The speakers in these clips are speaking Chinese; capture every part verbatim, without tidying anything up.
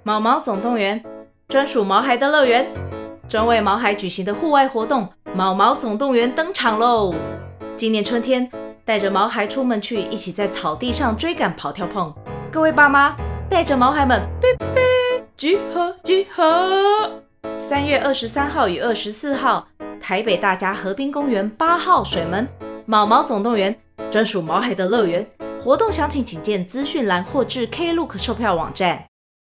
毛毛总动员，专属毛孩的乐园，专为毛孩举行的户外活动毛毛总动员登场喽！今年春天，带着毛孩出门去，一起在草地上追赶跑跳碰。各位爸妈，带着毛孩们，哔哔，集合集合！三月二十三号与二十四号，台北大家河滨公园八号水门毛毛总动员，专属毛孩的乐园。活动详情请见资讯栏或至 Klook 售票网站。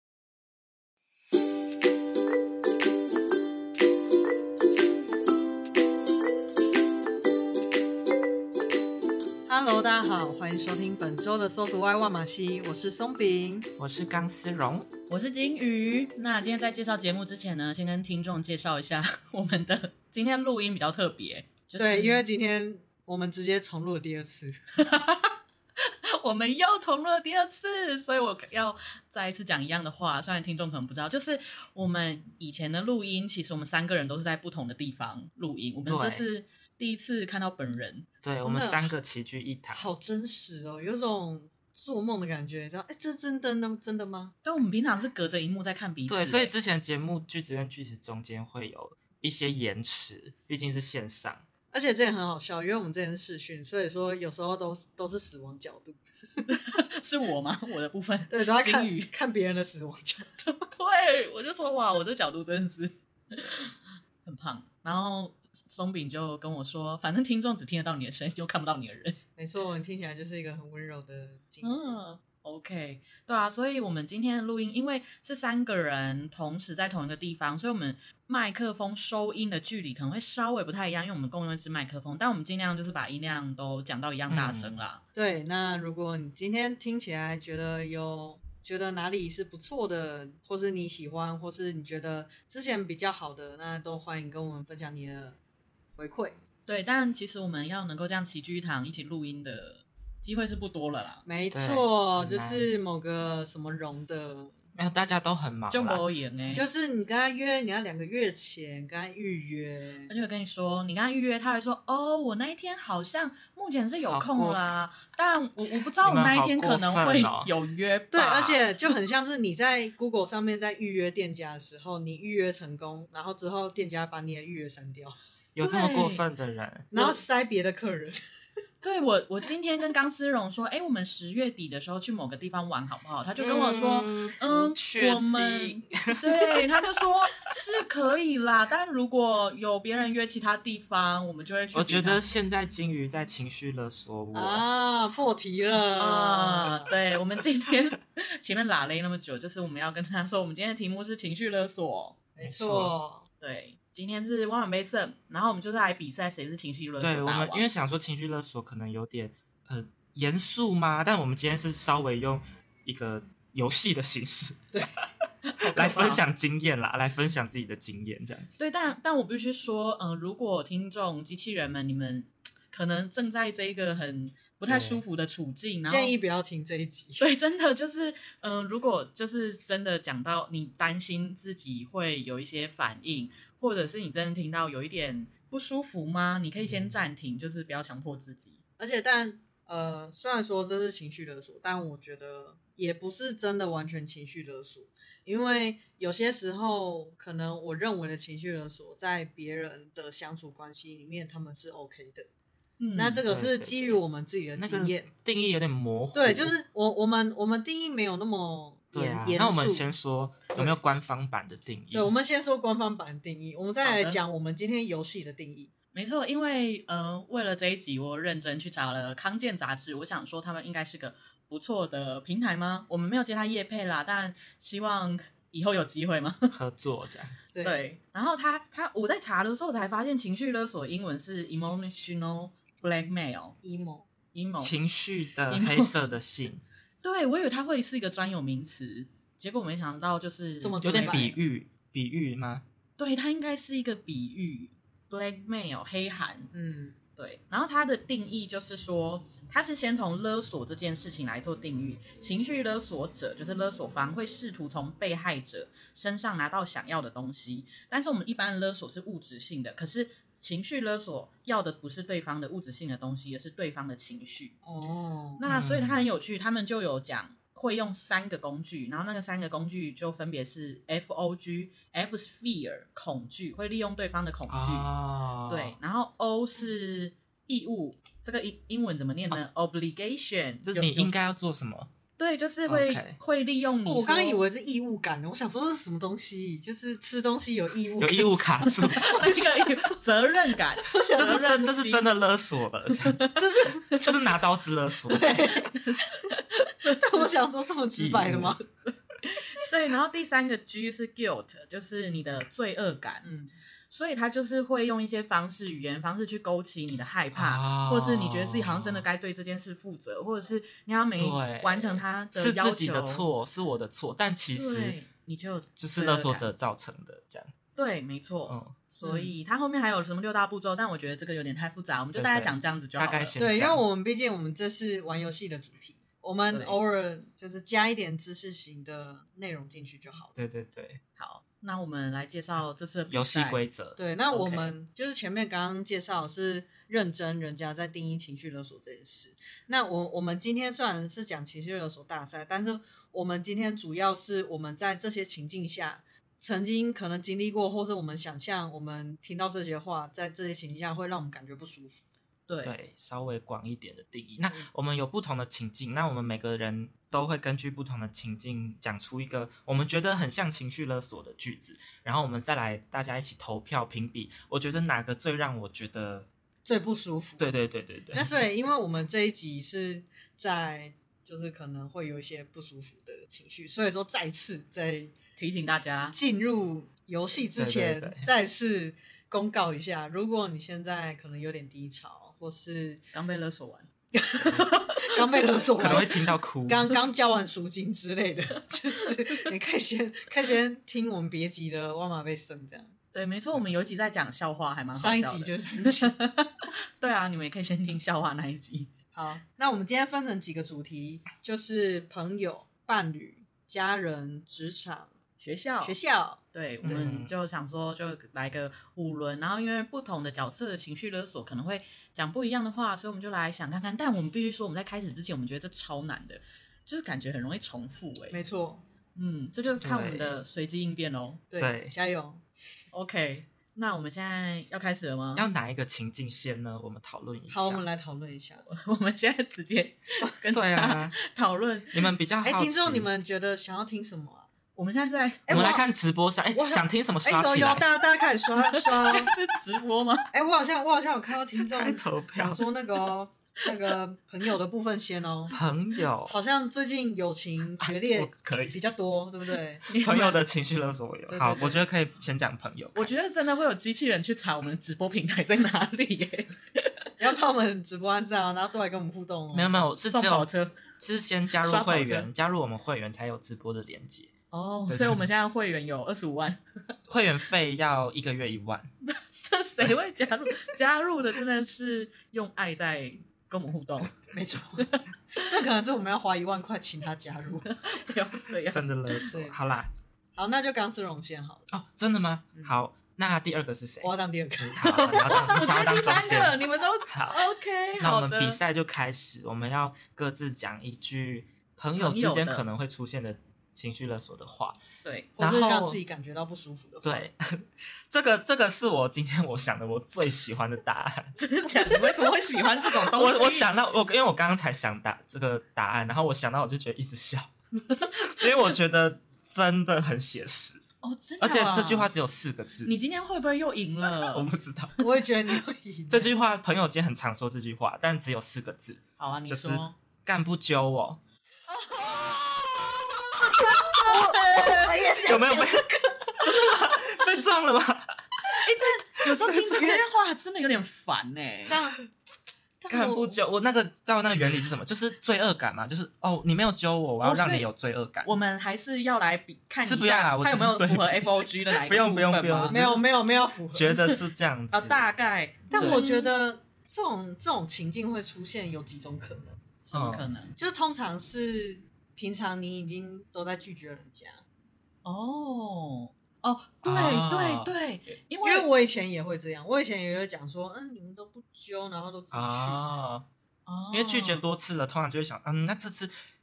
Hello， 大家好，欢迎收听本周的搜读外万马西，我是松饼， 我是钢丝绒， 我是金鱼。那今天在介绍节目之前呢，先跟听众介绍一下我们的今天录音比较特别，就是、 对，因为今天我们直接重录了第二次。 我们又重录了第二次，所以我要再一次讲一样的话，虽然听众可能不知道，就是我们以前的录音，其实我们三个人都是在不同的地方录音，我们这是第一次看到本人， 对，我们三个齐聚一堂， 好真实哦，有种做梦的感觉，你知道？哎，这真的呢？真的吗？ 但我们平常是隔着荧幕在看彼此， 对，所以之前节目句子跟句子中间会有一些延迟，毕竟是线上。 而且这也很好笑，因为我们之前是视讯，所以说有时候都都是死亡角度。 是我吗？我的部分对，都要看金鱼看别人的死亡角度。 对，我就说哇，我这角度真的是很胖。然后松饼就跟我说，反正听众只听得到你的声音，就看不到你的人。 没错，你听起来就是一个很温柔的金鱼。 嗯 OK， 对啊，所以我们今天的录音，因为是三个人同时在同一个地方，所以我们麦克风收音的距离可能会稍微不太一样，因为我们共用一支麦克风，但我们尽量就是把音量都讲到一样大声啦、 嗯。对，那如果你今天听起来觉得有觉得哪里是不错的，或是你喜欢，或是你觉得之前比较好的，那都欢迎跟我们分享你的回馈。 对，但其实我们要能够这样齐聚一堂一起录音的机会是不多了啦。 没错，就是某个什么荣的， 没有，大家都很忙啦， 就没演欸， 就是你跟他约，你要两个月前跟他预约， 而且我跟你说，你跟他预约，他会说哦，我那一天好像目前是有空啦，但我我不知道我那一天可能会有约吧。 对，而且就很像是你在 Google 上面在预约店家的时候，你预约成功，然后之后店家把你的预约删掉， 有这么过分的人， 然后塞别的客人。 对，我我今天跟钢丝绒说，哎，我们十月底的时候去某个地方玩好不好？他就跟我说，嗯，嗯我们对，他就说是可以啦，但如果有别人约其他地方，我们就会去。 我觉得现在金鱼在情绪勒索我啊，破题了啊！对，我们今天前面拉勒那么久，就是我们要跟他说，我们今天的题目是情绪勒索， 没错， 对。今天是万万杯胜，然后我们就是来比赛谁是情绪勒索大王。 对，我们因为想说情绪勒索可能有点呃严肃嘛，但我们今天是稍微用一个游戏的形式， 对， 来分享经验啦，来分享自己的经验这样子。 对，但但我必须说，嗯、呃，如果听众机器人们你们可能正在这一个很不太舒服的处境，然后建议不要听这一集。 对，真的就是，嗯、呃，如果就是真的讲到你担心自己会有一些反应。或者是你真的听到有一点不舒服吗？你可以先暂停，就是不要强迫自己。 而且但呃，虽然说这是情绪勒索，但我觉得也不是真的完全情绪勒索，因为有些时候可能我认为的情绪勒索，在别人的相处关系里面他们是 OK 的。嗯，那这个是基于我们自己的经验， 那个、定义有点模糊。 对，就是我我们我们定义没有那么对啊，那我们先说有没有官方版的定义？ 对，我们先说官方版的定义，我们再来讲我们今天游戏的定义。 没错，因为呃，为了这一集，我认真去查了康健杂志，我想说他们应该是个不错的平台吗？我们没有接他业配啦，但希望以后有机会吗？ 合作这样。 对, 对，然后他他我在查的时候才发现，情绪勒索英文是 emotional blackmail，emo emo 情绪的黑色的信。 对，我以为它会是一个专有名词，结果没想到就是这么有点比喻，比喻吗？ 对，它应该是一个比喻 ，blackmail 黑函， 嗯， 对。然后它的定义就是说，它是先从勒索这件事情来做定义，情绪勒索者就是勒索方会试图从被害者身上拿到想要的东西，但是我们一般的勒索是物质性的，可是情绪勒索要的不是对方的物质性的东西，而是对方的情绪。 哦， 那所以它很有趣，他们就有讲会用三个工具，然后那个三个工具就分别是 F O G，F 是 fear 恐惧，会利用对方的恐惧， 哦、 对，然后 O 是义务，这个英英文怎么念呢、哦、？obligation， 就是你应该要做什么？ 对，就是会、 okay. 会利用你、 哦。我刚刚以为是义务感，我想说这是什么东西？就是吃东西有义务， 有义务卡住， 那个责任感， 这是真这是真的勒索了，这是就是拿刀子勒索。 但我想说这么直白的吗？ 对，然后第三个 G 是 guilt， 就是你的罪恶感。嗯。所以他就是会用一些方式语言方式去勾起你的害怕、哦、或者是你觉得自己好像真的该对这件事负责，或者是你要没完成他的要求， 是自己的错，是我的错，但其实你就就是勒索者造成的这样。 对，没错、 嗯、 所以他后面还有什么六大步骤，但我觉得这个有点太复杂，我们就大概讲这样子就好了。 大概先对，因为我们毕竟我们这是玩游戏的主题，我们偶尔就是加一点知识型的内容进去就好了。 对对对， 好，那我们来介绍这次的游戏规则。 对，那我们就是前面刚刚介绍是认真人家在定义情绪勒索这件事。那我我们今天虽然是讲情绪勒索大赛，但是我们今天主要是我们在这些情境下曾经可能经历过，或是我们想象我们听到这些话，在这些情境下会让我们感觉不舒服。 对对，稍微广一点的定义。那我们有不同的情境，那我们每个人都会根据不同的情境讲出一个我们觉得很像情绪勒索的句子，然后我们再来大家一起投票评比，我觉得哪个最让我觉得最不舒服。 对对对对对。 那所以因为我们这一集是在就是可能会有一些不舒服的情绪，所以说再次在提醒大家进入游戏之前， 对对对再次公告一下，如果你现在可能有点低潮，或是刚被勒索完刚被勒索完， 可能会听到哭， 刚刚交完赎金之类的，就是你可以先可以先听我们别集的万马被生这样。 对，没错，我们有一集在讲笑话，还蛮好笑的。 的。 上一集就是上一集。 对啊，你们也可以先听笑话那一集。 好，那我们今天分成几个主题，就是朋友、伴侣、家人、职场、 学校、 学校。 对，我们就想说，就来个五轮，然后因为不同的角色的情绪勒索可能会讲不一样的话，所以我们就来想看看。但我们必须说，我们在开始之前，我们觉得这超难的，就是感觉很容易重复、欸。 没错， 嗯，这就看我们的随机应变咯。 对， 对， 加油。 OK， 那我们现在要开始了吗？ 要哪一个情境先呢？我们讨论一下。 好，我们来讨论一下。 我们现在直接跟对啊讨论。 你们比较好奇， 哎，听众，你们觉得想要听什么啊？ 我们现在是在， 我们来看直播上，哎，想听什么刷起来？ 有有，大家大家开始刷刷， 是直播吗？ 哎，我好像我好像有看到听众开投票想说那个哦，那个朋友的部分先哦。 朋友好像最近友情决裂可以比较多，对不对？ 朋友的情绪勒索我有。 对对对好，我觉得可以先讲朋友。 我觉得真的会有机器人去查我们的直播平台在哪里耶。 你要看我们直播这样，然后都来跟我们互动哦。 没有没有，是只有送跑车， 是先加入会员，加入我们会员才有直播的连接。 哦， 对对对， 所以我们现在会员有二十五万， 会员费要一个月一万。 这谁会加入？加入的真的是用爱在跟我们互动。 没错，这可能是我们要花一万块请他加入。 不要这样， 真的勒索。好啦， 好，那就钢丝绒先好了。 哦，真的吗？嗯、好，那第二个是谁？ 我要当第二个。 好，你要当，你想要当中间， 你们都好 OK。 那我们比赛就开始，我们要各自讲一句朋友之间可能会出现的情绪勒索的话， 对， 或是让自己感觉到不舒服的话。 对，这个这个是我今天我想的我最喜欢的答案。 真的假的？你为什么会喜欢这种东西？ 我我想到我因为我刚刚才想答这个答案，然后我想到我就觉得一直笑，因为我觉得真的很写实。 哦，真的、啊， 而且这句话只有四个字。 你今天会不会又赢了？ 我不知道， 我也觉得你会赢。 这句话朋友间很常说这句话，但只有四个字。 好啊，你说， 就是干不揪我。有没有被真的吗？被撞了吗？ 哎、欸，但有时候听这些话真的有点烦哎、欸。 但干不揪我那个知道那个原理是什么？就是罪恶感嘛，就是哦，你没有揪我，我要让你有罪恶感。 我们还是要来比看一下， 是不要啦， 他有没有符合 F O G 的哪一个部分吗？ 不用不用不用， 没有没有没有符合。 觉得是这样子。 哦，大概。 但我觉得这种这种情境会出现有几种可能。 什么可能？ 嗯、就是通常是平常你已经都在拒绝人家。 哦哦，对、啊、对对，因为因为我以前也会这样，我以前也会讲说，嗯，你们都不揪，然后都自己去。 啊，因为拒绝多次了，通常就会想，嗯，那这次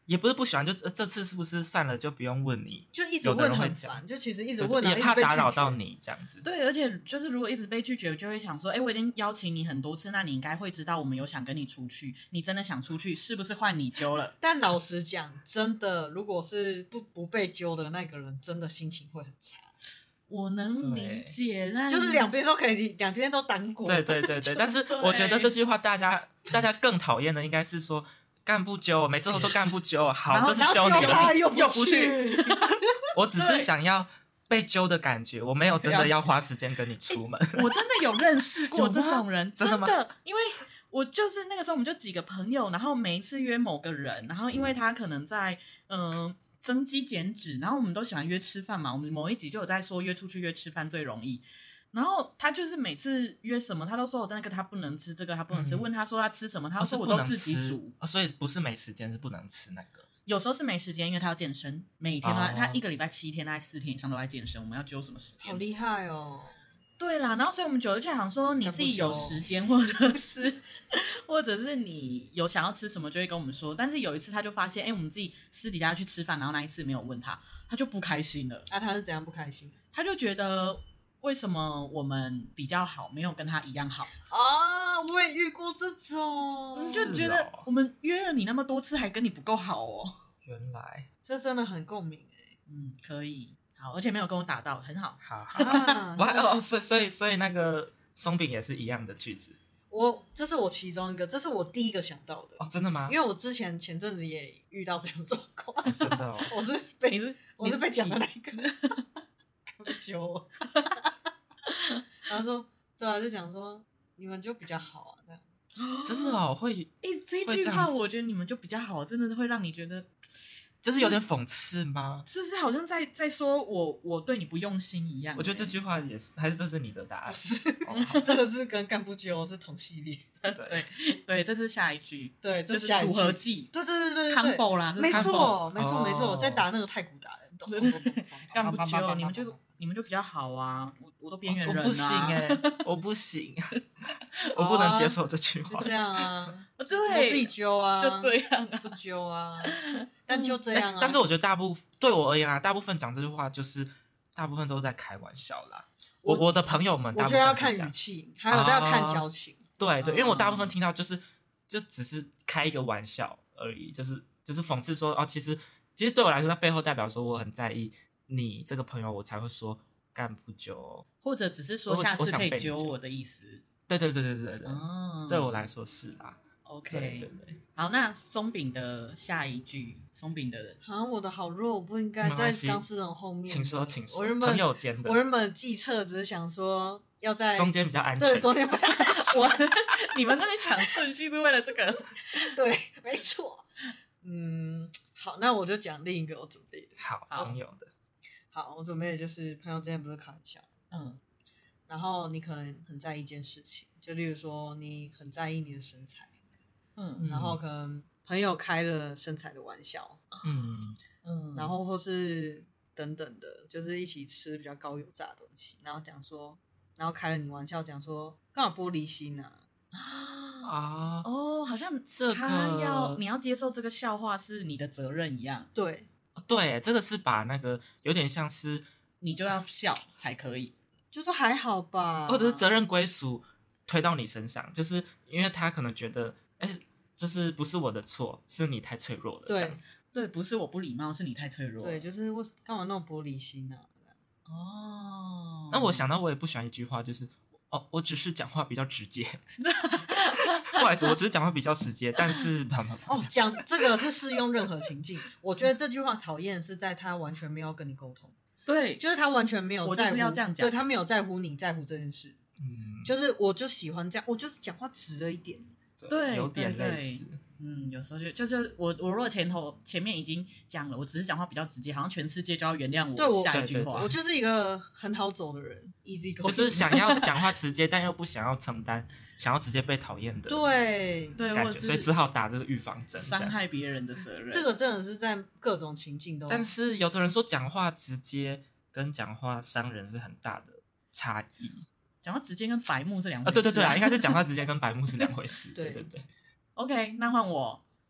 也不是不喜欢，就这次是不是算了，就不用问你， 就一直有的问人会讲很烦，就其实一直问，然后也怕打扰一直被拒绝到你这样子。 对，而且就是如果一直被拒绝，就会想说，哎，我已经邀请你很多次，那你应该会知道我们有想跟你出去，你真的想出去，是不是换你揪了？ 但老实讲，真的，如果是不不被揪的那个人，真的心情会很差。 我能理解，但就是两边都可以，两边都当过。 对对对对，但是我觉得这句话大家大家更讨厌的应该是说干不揪，每次都说干不揪，好，这是揪你了， 又又不去。 我只是想要被揪的感觉，我没有真的要花时间跟你出门。 我真的有认识过这种人， 真的吗？ 因为我就是那个时候我们就几个朋友，然后每一次约某个人，然后因为他可能在嗯。呃增肌减脂，然后我们都喜欢约吃饭嘛，我们某一集就有在说约出去约吃饭最容易，然后他就是每次约什么他都说我那个他不能吃，这个他不能吃、嗯、问他说他吃什么他说我都自己煮、 哦、所以不是没时间，是不能吃那个， 有时候是没时间，因为他要健身，每天都在、哦、他一个礼拜七天大概四天以上都在健身，我们要揪什么时间？ 好厉害哦。 对啦，然后所以我们久了就想说，你自己有时间，或者是或者是你有想要吃什么，就会跟我们说。但是有一次他就发现，哎，我们自己私底下去吃饭，然后那一次没有问他，他就不开心了。 啊，他是怎样不开心？ 他就觉得为什么我们比较好，没有跟他一样好啊？我也遇过这种， 就觉得我们约了你那么多次，还跟你不够好哦。 原来这真的很共鸣哎。 嗯，可以。好，而且没有跟我打到，很好。 好，啊、我还哦，所以所以所以那个松饼也是一样的句子。 我这是我其中一个，这是我第一个想到的。 哦，真的吗？ 因为我之前前阵子也遇到这样状况、 哦，真的哦。 我是被你是我是被讲的那一个，不揪我。然后说，对啊，就讲说你们就比较好啊，这样。 真的哦，会哎、欸，这一句话我觉得你们就比较好，真的是会让你觉得。 就是有点讽刺吗？ 就是好像在在说我我对你不用心一样。 我觉得这句话也是，还是这是你的答案？ 不是，哦、这个是跟干不揪是同系列。 对对对，这是下一句。 对，这是组合技。 对对对对 ，combo 啦， 没错没错没错，我在打那个太鼓达人， 对对对，干不揪，你们就你们就比较好啊，我我都边缘人啊， 我不行哎、欸，我不行，我不能接受这句话。 就这样啊， 对， 我自己揪啊， 就这样啊， 不揪啊。但就这样啊、欸！ 但是我觉得大部对我而言啊，大部分讲这句话就是大部分都在开玩笑啦。我我的朋友们， 我觉得要看语气，还有要看交情。 啊、对对，因为我大部分听到就是就只是开一个玩笑而已，就是就是讽刺说哦，其实其实对我来说，它背后代表说我很在意你这个朋友，我才会说干不揪， 或者只是说下次可以揪我的意思。 对对对对对对， 哦、 对我来说是啦。 OK， 对对对， 好，那松饼的下一句，松饼的人， 好像我的好弱，我不应该在当事人后面。 请说，请说。 我原本朋友间的， 我原本计策只是想说要在中间比较安全， 对，中间比较安全。 我你们那边抢顺序是为了这个？ 对，没错。嗯，好，那我就讲另一个我准备的。 好，朋友的。 好，我准备的就是朋友之间不是开玩笑，嗯，然后你可能很在意一件事情，就例如说你很在意你的身材。嗯，然后可能朋友开了身材的玩笑，嗯嗯，然后或是等等的，就是一起吃比较高油炸的东西，然后讲说，然后开了你玩笑讲说，干嘛玻璃心啊？ 啊哦，好像这个他要你要接受这个笑话是你的责任一样。 对对，这个是把那个有点像是你就要笑才可以， 就说还好吧， 或者是责任归属推到你身上，就是因为他可能觉得。哎，就是不是我的错，是你太脆弱了。 对对，不是我不礼貌，是你太脆弱了。 对，就是我干嘛那种玻璃心啊？ 哦， 那我想到我也不喜欢一句话，就是哦，我只是讲话比较直接。不好意思，我只是讲话比较直接，但是哦，讲这个是适用任何情境。我觉得这句话讨厌是在他完全没有跟你沟通， 对， 就是他完全没有在乎， 我就是要这样讲， 对他没有在乎你在乎这件事。嗯，就是我就喜欢这样，我就是讲话直了一点。 对， 有点类似。 嗯，有时候就就是我我如果前头前面已经讲了，我只是讲话比较直接，好像全世界就要原谅我。 对我下一句话， 对对对我就是一个很好走的人 ，easy go， 就是想要讲话直接，但又不想要承担，想要直接被讨厌的对对感觉，所以只好打这个预防针， 伤害别人的责任。 这个真的是在各种情境都。 但是有的人说讲话直接跟讲话伤人是很大的差异。 讲话直接跟白目是两回事啊！对对对啊，应该是讲话直接跟白目是两回事。对对对。 OK， 那换我，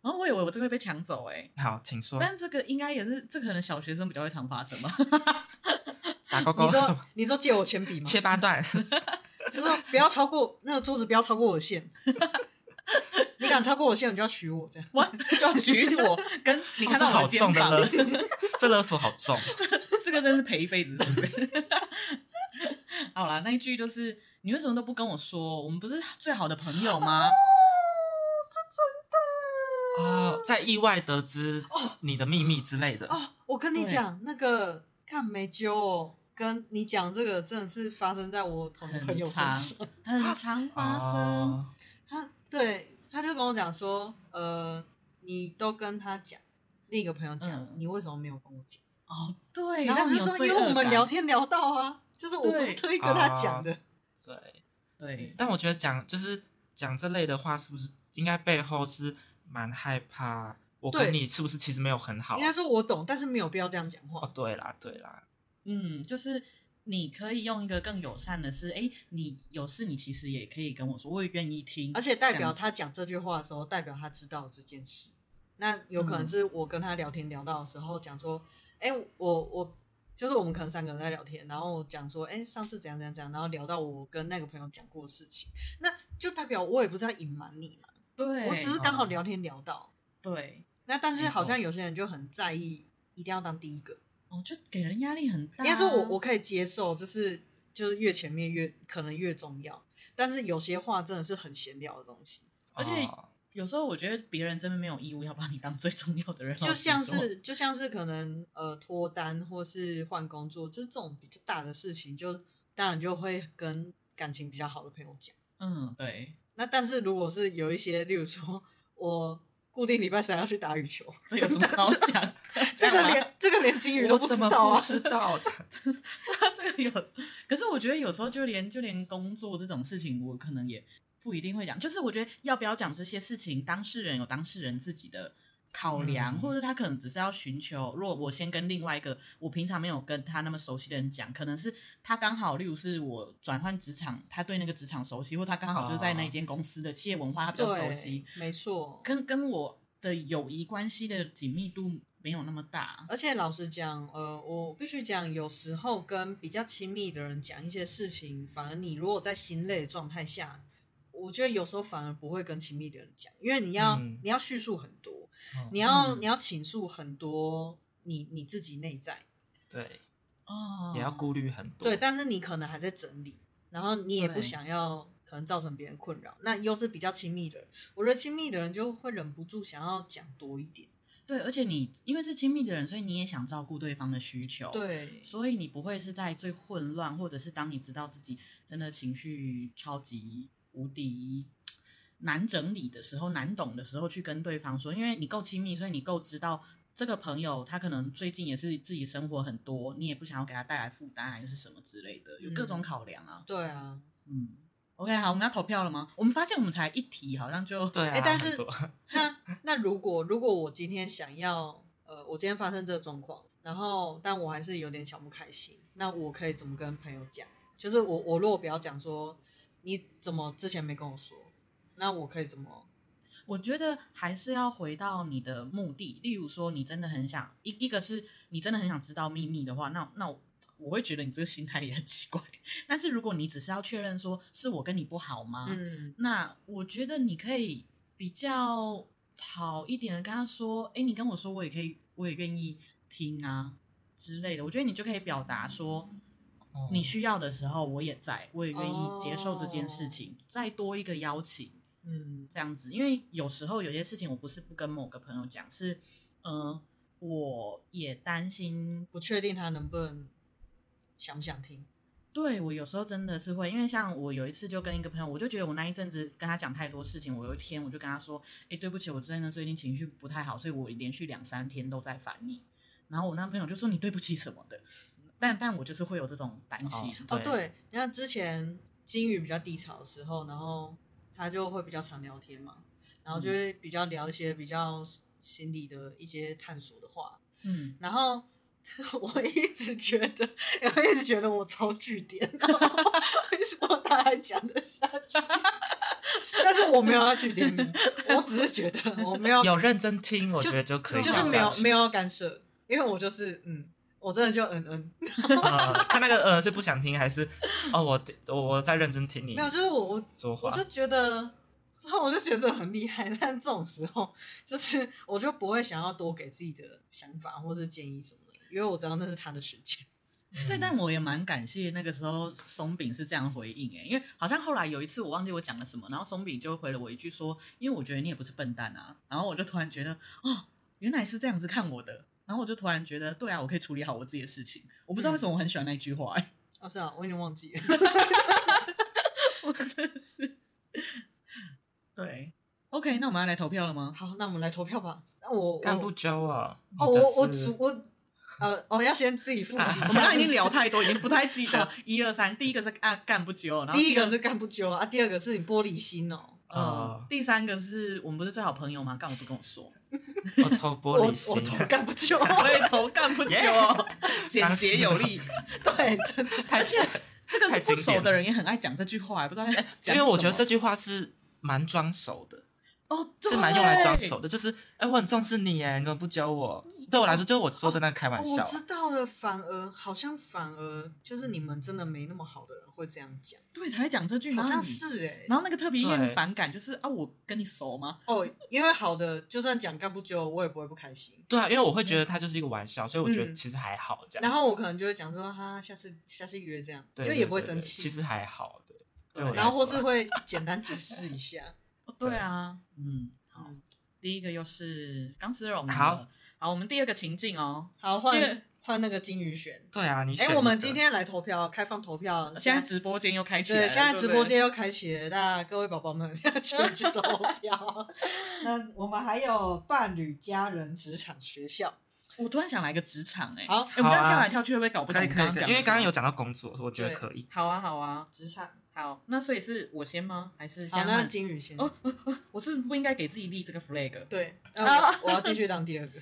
然后我以为我这个会被抢走哎、 欸。好，请说。 但这个应该也是，这可能小学生比较会常发生吧。 打勾勾你说什么？ 你说借我铅笔吗？ 切八段， 就是说不要超过那个桌子，不要超过我的线。你敢超过我的线，你就要娶我这样。 我就要娶我，跟你看到我的肩哦、这好重的膀， 勒索，这勒索好重。 这个真是赔一辈子，是不是？好啦，那一句就是你为什么都不跟我说？我们不是最好的朋友吗？ 哦，在意外得知你的秘密之类的。 哦，我跟你讲，那个看没揪哦，跟你讲这个真的是发生在我同个朋友身上， 很常发生。 哦、 他对他就跟我讲说，呃，你都跟他讲，另一个朋友讲、嗯，你为什么没有跟我讲？ 哦，对， 然后我就说，因为我们聊天聊到啊，就是我不是特意跟他讲的。 对对， 但我觉得讲就是讲这类的话，是不是应该背后是蛮害怕？我跟你是不是其实没有很好、啊？ 应该说我懂，但是没有必要这样讲话。 哦，对啦，对啦， 嗯，就是你可以用一个更友善的是，哎，你有事你其实也可以跟我说，我也愿意听。 而且代表他讲这句话的时候，代表他知道这件事。那有可能是我跟他聊天聊到的时候讲说，哎、嗯，我我就是我们可能三个人在聊天，然后讲说，哎，上次怎样怎样怎样，然后聊到我跟那个朋友讲过的事情，那就代表我也不是要隐瞒你嘛。 对， 我只是刚好聊天聊到。哦、 对。 那但是好像有些人就很在意，一定要当第一个。 哦，就给人压力很大、啊。 应该说我我可以接受，就是就是越前面越可能越重要，但是有些话真的是很闲聊的东西， 而且有时候我觉得别人真的没有义务要把你当最重要的人， 就像是就像是可能呃脱单或是换工作，就是这种比较大的事情，就当然就会跟感情比较好的朋友讲。 嗯，对。 那但是如果是有一些，例如说我固定礼拜三要去打羽球， 这有什么好讲？ 这个连这个连金鱼都不知道啊！ 知道这个有，可是我觉得有时候就连就连工作这种事情，我可能也不一定会讲。就是我觉得要不要讲这些事情，当事人有当事人自己的考量，嗯、或者他可能只是要寻求。如果我先跟另外一个我平常没有跟他那么熟悉的人讲，可能是他刚好，例如是我转换职场，他对那个职场熟悉，或他刚好就是在那间公司的企业文化他比较熟悉， 没错， 跟跟我的友谊关系的紧密度没有那么大。 而且老实讲，呃，我必须讲，有时候跟比较亲密的人讲一些事情，反而你如果在心累的状态下，我觉得有时候反而不会跟亲密的人讲，因为你要、嗯、你要叙述很多，嗯、你要、嗯、你要倾诉很多你你自己内在， 对， 哦， 也要顾虑很多， 对，但是你可能还在整理，然后你也不想要可能造成别人困扰，那又是比较亲密的人，我觉得亲密的人就会忍不住想要讲多一点。 对，而且你因为是亲密的人，所以你也想照顾对方的需求， 对， 所以你不会是在最混乱，或者是当你知道自己真的情绪超级无敌难整理的时候，难懂的时候去跟对方说，因为你够亲密，所以你够知道这个朋友他可能最近也是自己生活很多，你也不想要给他带来负担还是什么之类的，有各种考量啊。 嗯、对啊， 嗯。OK， 好，我们要投票了吗？我们发现我们才一题，好像就对啊。 欸、但是那那如果如果我今天想要，呃，我今天发生这个状况，然后但我还是有点小不开心，那我可以怎么跟朋友讲？就是我我如果不要讲说你怎么之前没跟我说，那我可以怎么？ 我觉得还是要回到你的目的，例如说你真的很想一一个是你真的很想知道秘密的话，那那我。我会觉得你这个心态也很奇怪，但是如果你只是要确认说是我跟你不好吗？嗯，那我觉得你可以比较好一点的跟他说，哎，你跟我说我也可以，我也愿意听啊之类的。我觉得你就可以表达说，哦、你需要的时候我也在，我也愿意接受这件事情，哦、再多一个邀请，嗯，这样子。因为有时候有些事情我不是不跟某个朋友讲，是呃，我也担心， 不确定他能不能。想不想听？ 对，我有时候真的是会，因为像我有一次就跟一个朋友，我就觉得我那一阵子跟他讲太多事情，我有一天我就跟他说，哎，对不起，我真的最近情绪不太好，所以我连续两三天都在烦你。然后我那朋友就说你对不起什么的，但但我就是会有这种担心。 哦，对，你看之前金鱼比较低潮的时候，然后他就会比较常聊天嘛，然后就会比较聊一些比较心理的一些探索的话，嗯，然后。 我一直觉得，我一直觉得我超据点，然后为什么他还讲得下去？但是我没有要据点你，我只是觉得我没有有认真听，我觉得就可以就是讲下去没有没有要干涉，因为我就是嗯，我真的就嗯嗯， 呃看那个呃是不想听还是哦我我我在认真听你没有，就是我我说话， 我就觉得。之后我就觉得很厉害，但这种时候就是我就不会想要多给自己的想法或是建议什么的，因为我知道那是他的时间。 对，但我也蛮感谢那个时候松饼是这样回应哎，因为好像后来有一次我忘记我讲了什么，然后松饼就回了我一句说，因为我觉得你也不是笨蛋啊，然后我就突然觉得哦，原来是这样子看我的，然后我就突然觉得对啊，我可以处理好我自己的事情，我不知道为什么我很喜欢那句话哎、 哦，是啊，我已经忘记了。 我真的是对 ，OK， 那我们要来投票了吗？ 好，那我们来投票吧。那我干不我交啊！ 哦，我我主我呃，我要先自己复习一下。 我们刚刚已经聊太多，已经不太记得一二三。第一个是干干不久，然后第一个是干不久啊，第二个是你玻璃心哦。 呃哦， 第三个是我们不是最好朋友吗？干嘛不跟我说？ 我投玻璃心我我，投干不久， 我也投干不久哦，简洁有力。 对，真的太而且这个是不太经典熟的人也很爱讲这句话，不知道在讲因为我觉得这什么句话是蛮装熟的， 哦， 是蛮用来装熟的，就是哎、我很重视你耶，你怎么不教我？对我来说，就是我说的那个开玩哦笑、 我知道了，反而好像反而就是你们真的没那么好的人会这样讲， 对才会讲这句， 好像然后你是哎、 然后那个特别对厌反感就是啊，我跟你熟吗？ 哦，因为好的就算讲干不久，我也不会不开心。 对啊，因为我会觉得它就是一个玩笑，所以我觉得嗯其实还好这样。 然后我可能就会讲说，哈，下次下次约这样， 对就也不会对对生气。 其实还好，对。 对对我来然后或说是会简单解释一下。 哦对啊，嗯，好嗯， 第一个又是钢丝绒的， 好， 好，我们第二个情境哦， 好， 因为换换那个金鱼选。 对啊，你哎、 选我们一个今天来投票，开放投票。 现在直播间又开起来了， 对，现在对不对直播间又开启了，大家各位宝宝们要去去投票。那我们还有伴侣、家人、职场、学校。 我突然想来个职场哎、欸， 好欸我们这样好啊跳来跳去会不会搞不懂可以可以可以， 刚刚讲的什么？ 因为刚刚有讲到工作，我觉得对可以。 好啊好啊职场。 好，那所以是我先吗？还是好，那现在换金鱼先。 哦哦哦，我是不是不应该给自己立这个 flag？ 对，那我我要继续当第二个。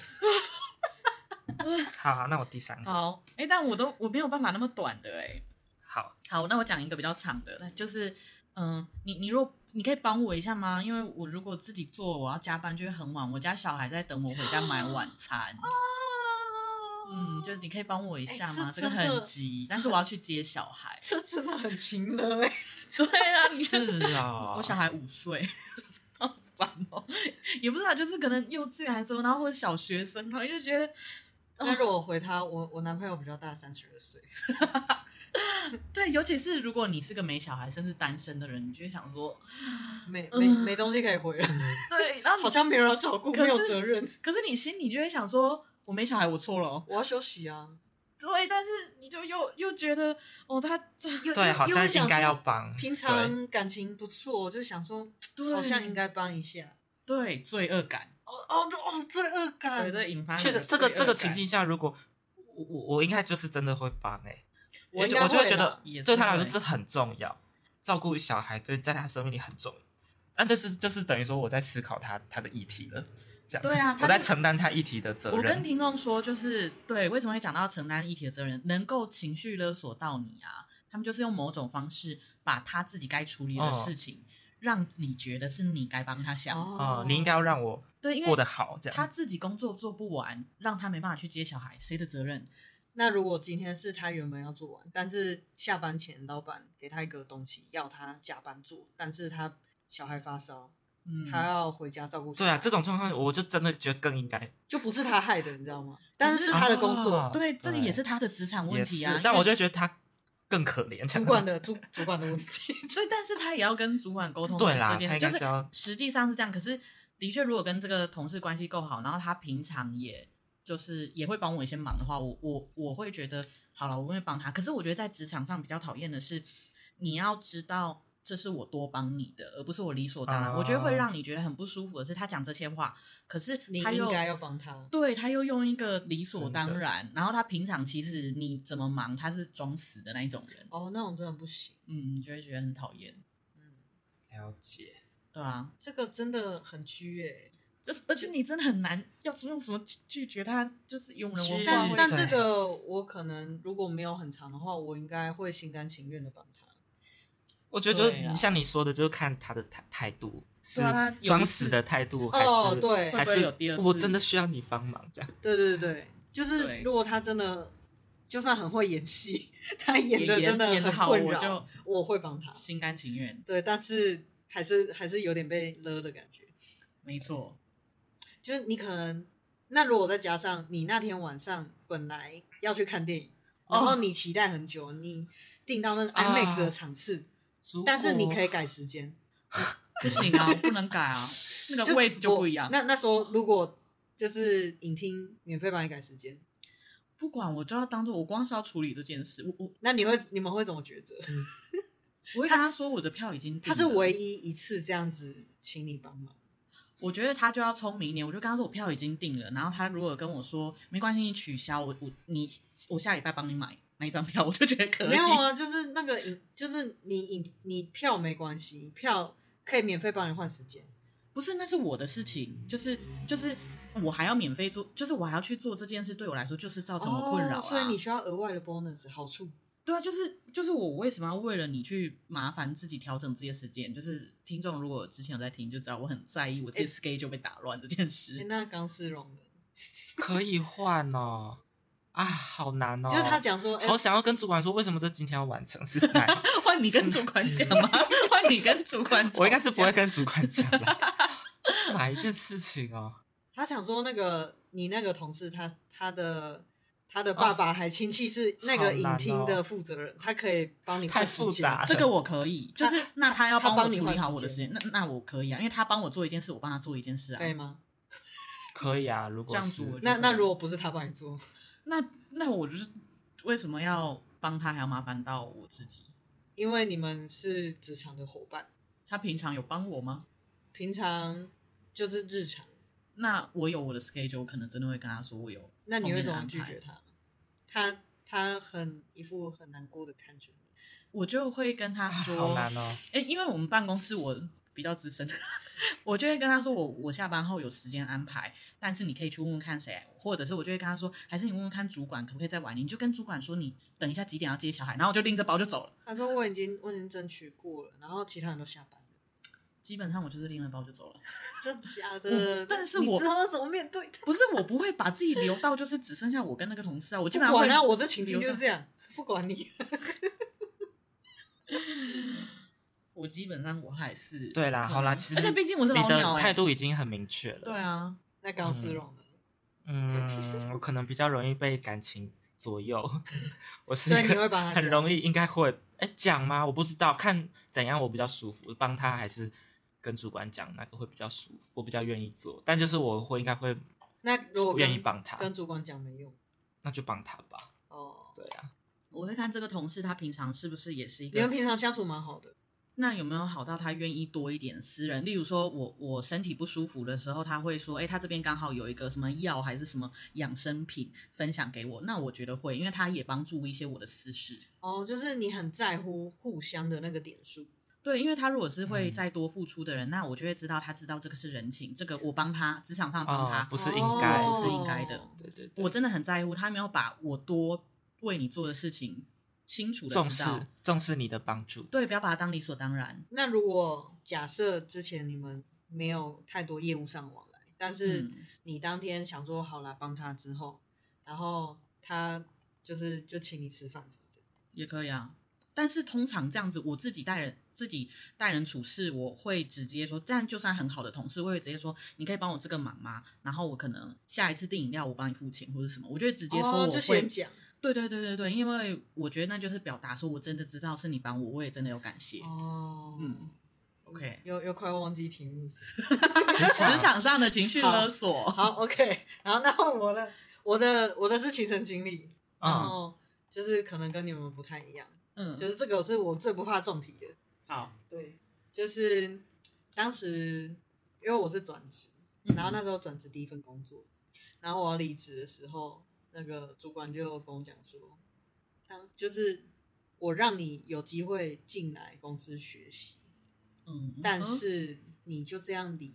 好，那我第三个。 好，哎、欸，但我都我没有办法那么短的哎、欸。 好， 好，那我讲一个比较长的，就是嗯、呃，你你如果你可以帮我一下吗？因为我如果自己做，我要加班就会很晚，我家小孩在等我回家买晚餐。嗯，就你可以帮我一下吗？ 欸这个这真的很急，但是我要去接小孩。 这真的很勤了哎、 对啊，你是啊， 我小孩五岁，好烦哦。也不是啊，就是可能幼稚园还是什么，然后或者小学生，然后就觉得那如果回他，我我男朋友比较大，三十二岁。 对，尤其是如果你是个没小孩甚至单身的人，你就会想说， 没没没东西可以回了， 对，然后好像没人要照顾， 可是没有责任。 可是你心里就会想说，我没小孩，我错了哦。 我要休息啊。 对，但是你就又又觉得，哦，他这对，好像应该要帮。 平常感情不错，就想说对好像应该帮一下。 对罪恶感， 哦哦哦，罪恶感。 对，这引发确实， 你的这个这个罪恶感情境下，如果我我我应该就是真的会帮哎、欸， 我应该我就会会啦觉得也是对他来说会这很重要，照顾小孩对在他生命里很重要。但这是就是等于说我在思考他他的议题了，这样对啊他我在就承担他议题的责任。 我跟听众说，就是对，为什么会讲到承担议题的责任，能够情绪勒索到你啊？他们就是用某种方式把他自己该处理的事情， 哦、 让你觉得是你该帮他想。 哦、 呃，你应该要让我对，因为过得好，这样他自己工作做不完，让他没办法去接小孩，谁的责任？ 那如果今天是他原本要做完，但是下班前老板给他一个东西要他加班做，但是他小孩发烧， 嗯， 他要回家照顾小孩。 对啊，这种状况我就真的觉得更应该， 就不是他害的，你知道吗？但是是他的工作， 啊对，这也是他的职场问题啊。 但我就觉得他更可怜， 主管的主主管的问题。 所以，但是他也要跟主管沟通对啦这件事， 他应该是要就是实际上是这样。可是，的确，如果跟这个同事关系够好，然后他平常也就是也会帮我一些忙的话，我我我会觉得好了，我会帮他。可是，我觉得在职场上比较讨厌的是，你要知道这是我多帮你的，而不是我理所当然。 哦、 我觉得会让你觉得很不舒服的是，他讲这些话，可是你他又应该要帮他， 对他又用一个理所当然，然后他平常其实你怎么忙，他是装死的那一种人。 哦，那种真的不行。 嗯，你就会觉得很讨厌。 嗯， 了解。 对啊， 这个真的很虚诶、欸。 就是而且你真的很难要用什么拒绝他，就是用人文化但会但这个我可能如果没有很长的话，我应该会心甘情愿的帮他。 我觉得就是对啦你像你说的，就是看他的态态度是对啊他有一次装死的态度，还是哦对还会不会有是第二次我真的需要你帮忙这样。 对对对对，就是对如果他真的就算很会演戏，他演的也演真的很演得好困扰， 我就我会帮他。 心甘情愿， 对，但是还是还是有点被勒的感觉。 没错。 就是你可能，那如果再加上你那天晚上本来要去看电影，然后你期待很久，你订到那个 IMAX 的场次，但是你可以改时间， 不行啊，我不能改啊，那就个位置就不一样。 那那时候如果就是影厅免费帮你改时间， 不管我就要当做我光是要处理这件事，我我那你会你们会怎么抉择？ 我会跟他说我的票已经订了， 他是唯一一次这样子请你帮忙。 我觉得他就要聪明一点，我就跟他说我票已经订了，然后他如果跟我说没关系，你取消，我我你我下礼拜帮你买那一张票，我就觉得可以。 没有啊，就是那个影，就是你影你票没关系，票可以免费帮你换时间。 不是，那是我的事情，就是就是我还要免费做，就是我还要去做这件事，对我来说就是造成我困扰、啊哦，所以你需要额外的 bonus 好处。 对啊，就是就是我为什么要为了你去麻烦自己调整这些时间？就是听众如果之前有在听，就知道我很在意我自己 schedule 被打乱这件事。 欸、那钢丝绒的可以换哦。啊，好难哦！ 就是他讲说，欸、 好想要跟主管说，为什么这今天要完成？是哪？ 换你跟主管讲吗？换你跟主管讲。 我应该是不会跟主管讲的。哪一件事情哦？ 他想说那个你那个同事他，他他的他的爸爸还亲戚是那个影厅的负责人，哦、他可以帮你太复杂了。 这个我可以，就是那他要帮我处理好我的时间，那那我可以啊，因为他帮我做一件事，我帮他做一件事啊， 可以吗？ 可以啊，如果是这样子， 那那如果不是他帮你做， 那那我就是为什么要帮他，还要麻烦到我自己？ 因为你们是职场的伙伴， 他平常有帮我吗？ 平常就是日常。 那我有我的 schedule， 我可能真的会跟他说我有。 那你会怎么拒绝他？他他很一副很难过的看着你， 我就会跟他说， 好难哦。 哎，因为我们办公室我比较资深，我就会跟他说我我下班后有时间安排，但是你可以去问问看谁，或者是我就会跟他说，还是你问问看主管可不可以再晚一点，你就跟主管说你等一下几点要接小孩，然后我就拎着包就走了。 他说我已经我已经争取过了，然后其他人都下班了。 基本上我就是拎了包就走了。 真假的？ 但是我你知道怎么面对他？ 不是，我不会把自己留到就是只剩下我跟那个同事啊，我基本上会不管啊，我这情境就是这样，不管你。 我基本上我还是对啦，好啦，其实而且毕竟我是老你的鸟、欸， 态度已经很明确了。 对啊， 那钢丝绒呢？ 嗯，我可能比较容易被感情左右，我是所以你会帮他讲很容易，应该会哎讲吗？我不知道，看怎样我比较舒服，帮他还是跟主管讲哪个会比较舒服，我比较愿意做。但就是我会应该会那如果愿意帮他， 跟主管讲没用， 那就帮他吧。 哦， 对啊， 我会看这个同事他平常是不是也是一个， 你们平常相处蛮好的。 那有没有好到他愿意多一点私人？例如说我我身体不舒服的时候，他会说，哎，他这边刚好有一个什么药还是什么养生品分享给我，那我觉得会，因为他也帮助一些我的私事。 哦，就是你很在乎互相的那个点数。 对，因为他如果是会再多付出的人，嗯、那我就会知道他知道这个是人情，这个我帮他职场上帮他、 哦、不是应该， 不是应该的。 对对对， 我真的很在乎他没有把我多为你做的事情清楚的重视知道， 重视你的帮助。 对，不要把它当理所当然。 那如果假设之前你们没有太多业务上往来，但是你当天想说好啦帮他之后，然后他就是就请你吃饭什么的， 也可以啊。但是通常这样子，我自己待人自己待人处事，我会直接说，这样就算很好的同事，我会直接说，你可以帮我这个忙吗？然后我可能下一次订饮料我帮你付钱或者什么，我就会直接说我会、 哦、就先讲。 对对对对对，因为我觉得那就是表达说我真的知道是你帮我，我也真的有感谢。 哦， 嗯 ，OK， 又又快忘记题目是职场职场上的情绪勒索。 好, 好 ，OK， 然后那换我的，我的我的是亲身经历， 嗯、 然后就是可能跟你们不太一样， 嗯， 就是这个是我最不怕重题的。 好， 对，就是当时因为我是转职，然后那时候转职第一份工作，然后我要离职的时候。那个主管就跟我讲说，当就是我让你有机会进来公司学习， 嗯， 但是你就这样离职，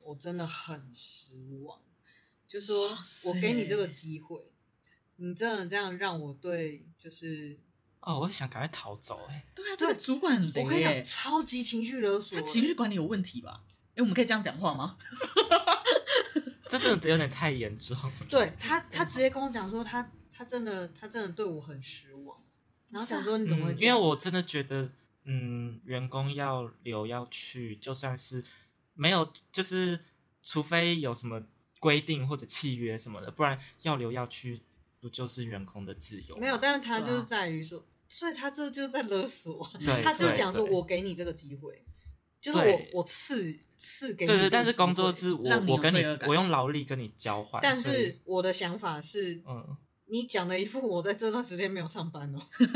我真的很失望。就说我给你这个机会，你真的这样让我对就是哦，我会想赶快逃走哎、欸。 对啊，这个主管很雷、欸、 我跟你讲，超级情绪勒索、欸， 他情绪管理有问题吧？哎、欸，我们可以这样讲话吗？ 这真的有点太严重。 对他，他直接跟我讲说他，他他真的，他真的对我很失望。然后想说你怎么会、 嗯？因为我真的觉得，嗯，员工要留要去，就算是没有，就是除非有什么规定或者契约什么的，不然要留要去，不就是员工的自由吗？ 没有，但是他就是在于说，啊、所以他这就是在勒索。 对， 他就讲说我给你这个机会，就是我我赐赐给你。 对对，但是工作是我我跟你我用劳力跟你交换。 但是我的想法是， 嗯。 你讲的一副我在这段时间没有上班哦，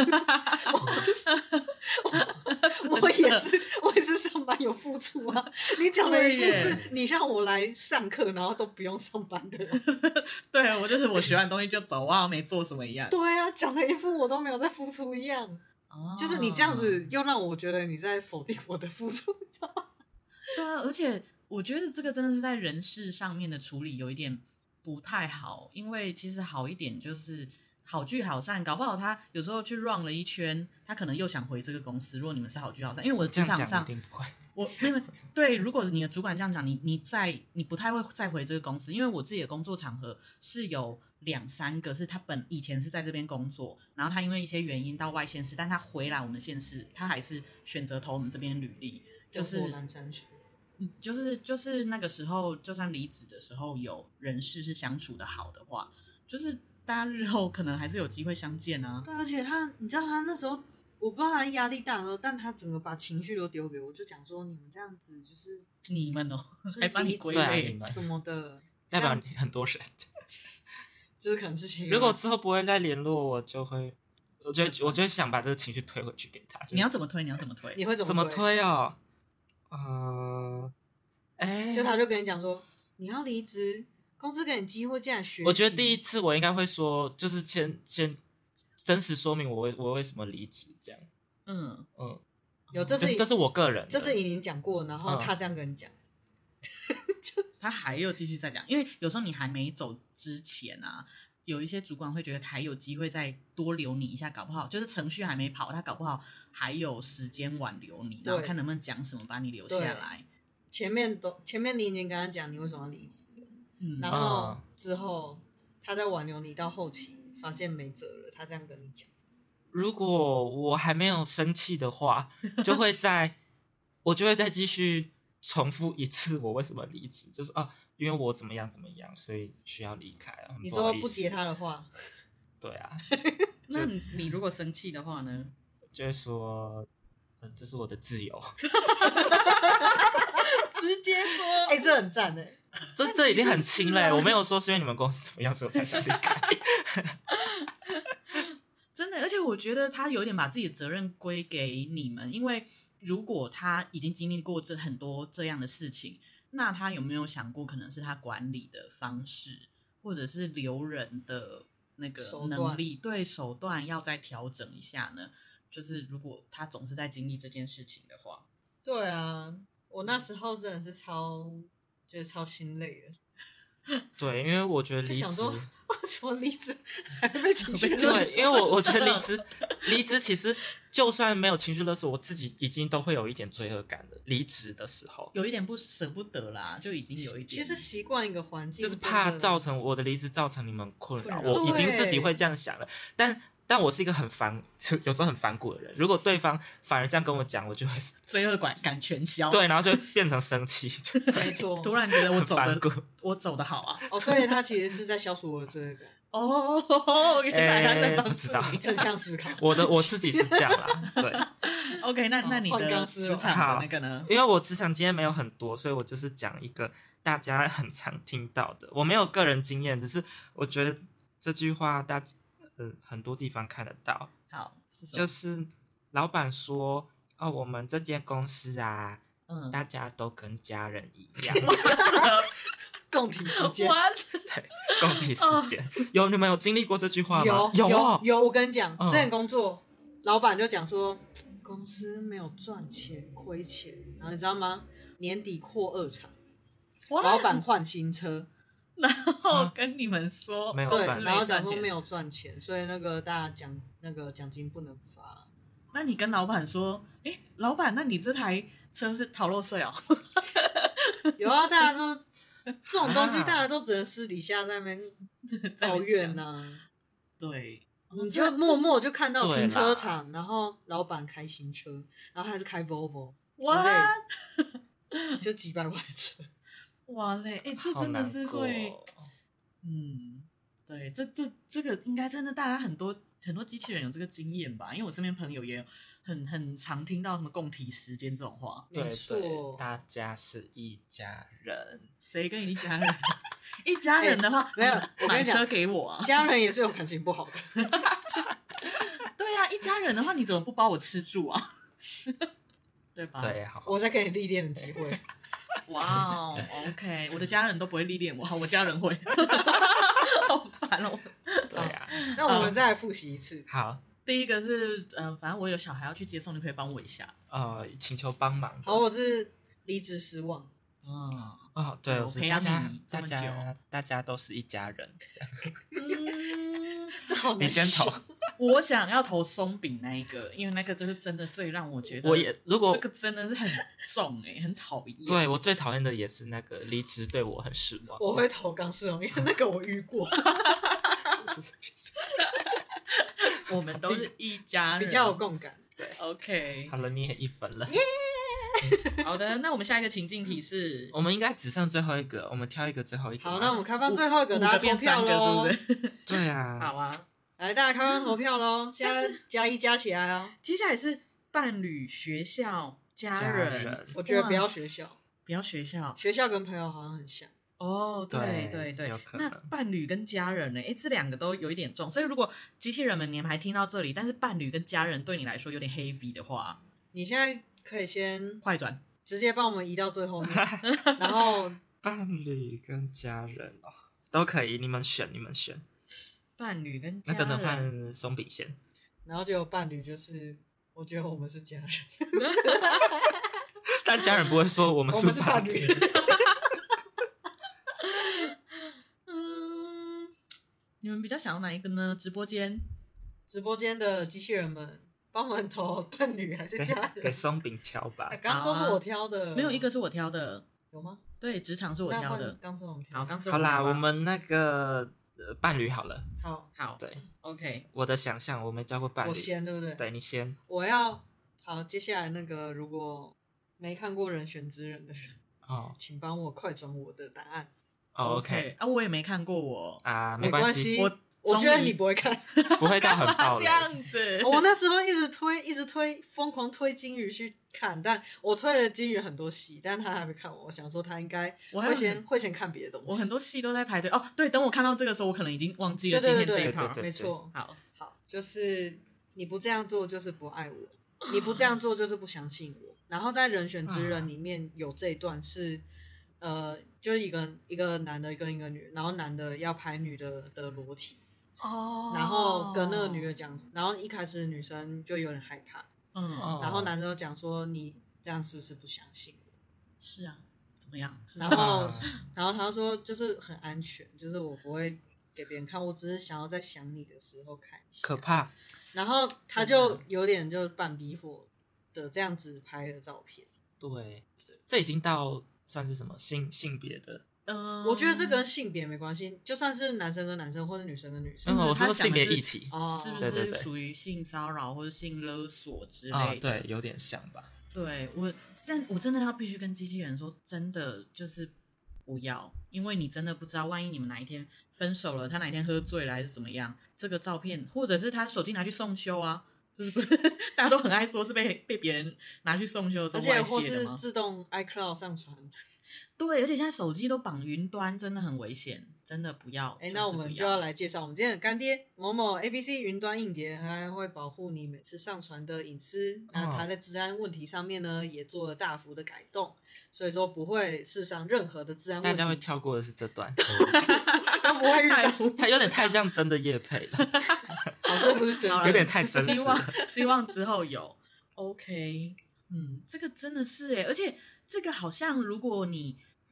我, 我也是，我也是上班有付出啊。你讲的一副是你让我来上课，然后都不用上班的。 对啊，我就是我学完东西就走啊，没做什么一样。 对啊，讲的一副我都没有在付出一样。哦，就是你这样子又让我觉得你在否定我的付出，你知道吗？ 对啊，而且我觉得这个真的是在人事上面的处理有一点不太好，因为其实好一点就是好聚好散，搞不好他有时候去 run 了一圈，他可能又想回这个公司。如果你们是好聚好散，因为我的职场上，我因为对，如果你的主管这样讲，你你在你不太会再回这个公司，因为我自己的工作场合是有两三个是他本以前是在这边工作，然后他因为一些原因到外县市，但他回来我们县市，他还是选择投我们这边履历，就是南山区。 就是就是那个时候，就算离职的时候有人事是相处的好的话，就是大家日后可能还是有机会相见啊。 对，而且他，你知道他那时候，我不知道他压力大的时候，但他整个把情绪都丢给我，就讲说你们这样子就是你们哦，还把你归类什么的， 代表你很多人， 就是可能之前如果之后不会再联络我，就会，我就我就想把这个情绪推回去给他。 你要怎么推？你要怎么推？ 你会怎么怎么推哦？呃，哎、 欸，就他就跟你讲说，你要离职，公司给你机会进来学习。 我觉得第一次我应该会说，就是先先真实说明我为我为什么离职这样。嗯嗯， 有这是、 就是、这是我个人的， 这是已经讲过，然后他这样跟你讲， 嗯就是、他还又继续再讲，因为有时候你还没走之前啊。有一些主管会觉得还有机会再多留你一下，搞不好就是程序还没跑，他搞不好还有时间挽留你，然后看能不能讲什么把你留下来。 前面都前面你已经跟他讲你为什么要离职了，嗯，然后之后他再挽留你到后期发现没辙了，他这样跟你讲。 如果我还没有生气的话，就会再我就会再继续重复一次我为什么离职，就是啊。因为我怎么样怎么样，所以需要离开啊。 你说不接他的话， 对啊。 那你如果生气的话呢？ 就会说，嗯，这是我的自由。 直接说， 哎、欸，这很赞哎， 这这已经很轻了。我没有说是因为你们公司怎么样，所以我才想离开。 真的，而且我觉得他有点把自己的责任归给你们，因为如果他已经经历过这很多这样的事情。那他有没有想过，可能是他管理的方式，或者是留人的那个能力，对手段要再调整一下呢？就是如果他总是在经历这件事情的话， 对啊，我那时候真的是超，就是超心累的。 对，因为我觉得离职， 为什么离职还被情绪勒索？ 对，因为我我觉得离职，离职其实就算没有情绪勒索，我自己已经都会有一点罪恶感的。离职的时候， 有一点不舍不得啦，就已经有一点。 其实习惯一个环境， 就是怕造成我的离职造成你们困扰，我已经自己会这样想了，但。但我是一个很反，有时候很反骨的人。如果对方反而这样跟我讲，我就会罪恶感感全消。 对，然后就会变成生气。 没错， 突然觉得我走的我走的好啊。 哦，所以他其实是在消除我的罪恶感。 哦，原来他在帮助你， 正向思考。 我的我自己是这样啦，对。 OK， 那那你的职场的那个呢？ 因为我职场经验没有很多，所以我就是讲一个大家很常听到的。我没有个人经验，只是我觉得这句话大家。呃，很多地方看得到。 好，是就是老板说，哦，我们这间公司啊，嗯，大家都跟家人一样。 共体时间， 对，共体时间。哦、有你们有经历过这句话吗？ 有有有有，我跟你讲，嗯、之前工作，老板就讲说，公司没有赚钱，亏钱，然后你知道吗？年底扩二场。 老板换新车， 然后跟你们说、 嗯、没有对， 赚， 然后讲说没有赚钱，所以那个大家奖那个奖金不能发。 那你跟老板说，哎，老板，那你这台车是逃漏税哦？ 有啊，大家都这种东西，大家都只能私底下在那边抱怨呐、啊。 对。 你就默默就看到停车场，然后老板开新车，然后还是开 Volvo 之类，就几百万的车。 哇塞，哎、欸，这真的是会，嗯，对，这这这个应该真的大家很多很多机器人有这个经验吧？因为我身边朋友也有很很常听到什么共体时间这种话。 对对， 大家是一家人。 谁跟你一家人？一家人的话， 欸、没有，我跟你讲， 买车给我啊。 家人也是有感情不好的。 对啊，一家人的话，你怎么不把我吃住啊？对吧？ 对，好， 我在给你历练的机会。 哇哦 ，OK， 我的家人都不会历练我，我家人会。好烦哦。 对啊， 那我们再来复习一次。 好， 第一个是，呃，反正我有小孩要去接送，你可以帮我一下。 呃，请求帮忙。 好，我是离职失望。 嗯， 哦，对，我是培养大家你这么久大家大家都是一家人。 嗯， 这好难。 你先投。 我想要投松饼那一个，因为那个就是真的最让我觉得， 我也如果这个真的是很重哎、欸，很讨厌。 对，我最讨厌的也是那个离职对我很失望。 我会投钢丝绒，因为那个我遇过。 我们都是一家人， 比较有共感。 对 ，OK。 好了，你也一分了。 好的，那我们下一个情境题是， 我们应该只剩最后一个，我们挑一个最后一个。 好，那我们开放最后一个，大家投票咯，是不是？ 对啊。 好啊， 来，大家开放投票咯，现在加一加起来哦。 接下来是伴侣、学校、家人。 家人我觉得不要学校， 不要学校， 学校跟朋友好像很像。 哦，对对对，那伴侣跟家人呢？哎，这两个都有一点重，所以如果机器人们你们还听到这里，但是伴侣跟家人对你来说有点 heavy 的话， 你现在可以先快转， 直接帮我们移到最后面，然后伴侣跟家人哦都可以，你们选，你们选。 伴侣跟家人，那个的话松饼先， 然后就有伴侣，就是我觉得我们是家人， 但家人不会说我们是伴侣。 你们比较想要哪一个呢？直播间， 直播间的机器人们，帮我们投伴侣还是家人？ 给松饼挑吧。 刚刚都是我挑的， 没有一个是我挑的， 有吗？ 对，职场是我挑的， 刚是我挑。 好，刚是好啦，我们那个伴侣好了。 好， 好， 对 ，OK。 我的想象，我没教过伴侣， 我先，对不对？ 对，你先。 我要好，接下来那个如果没看过《人选之人》的人， 哦， 请帮我快转我的答案。 哦 ，OK 啊，我也没看过我啊， 没关系， 我我觉得你不会看， 不会到很爆这样子。 我那时候一直推，一直推，疯狂推金鱼去看，但我推了金鱼很多戏，但他还没看完。我想说他应该会先会先看别的东西。 我很多戏都在排队哦，对，等我看到这个时候，我可能已经忘记了今天这一 part。 没错， 好， 好，就是你不这样做就是不爱我，你不这样做就是不相信我。然后在《人选之人》里面有这一段是。呃，就是一个一个男的跟一个女，然后男的要拍女的的裸体， 哦， 然后跟那个女的讲，然后一开始女生就有点害怕， 嗯， 然后男生就讲说你这样是不是不相信我？ 是啊，怎么样？ 然后然后他说就是很安全，就是我不会给别人看，我只是想要在想你的时候看一下。 可怕。 然后他就有点就半逼迫的这样子拍了照片。 对，这已经到。算是什么性性别的？ 嗯， 我觉得这跟性别没关系，就算是男生跟男生或者女生跟女生。 嗯，我说性别议题， 是不是属于性骚扰或者性勒索之类的？ 哦，对，有点像吧。 对我，但我真的要必须跟机器人说，真的就是不要，因为你真的不知道，万一你们哪一天分手了，他哪一天喝醉了还是怎么样，这个照片或者是他手机拿去送修啊。就是不是大家都很爱说是被被别人拿去送修的时候外泄的吗？ 而且或是自动 iCloud 上传。 对，而且现在手机都绑云端，真的很危险，真的不要。 哎、欸， 就是、 那我们就要来介绍我们今天的干爹某某 A B C 云端硬碟，还会保护你每次上传的隐私。那它在治安问题上面呢，也做了大幅的改动，所以说不会世上任何的治安问题。 大家会跳过的是这段， 都不会遇到， 才有点太像真的业配了。 好，这不是真的， 有点太真实了。 希望希望之后有 OK， 嗯，这个真的是哎，而且这个好像如果你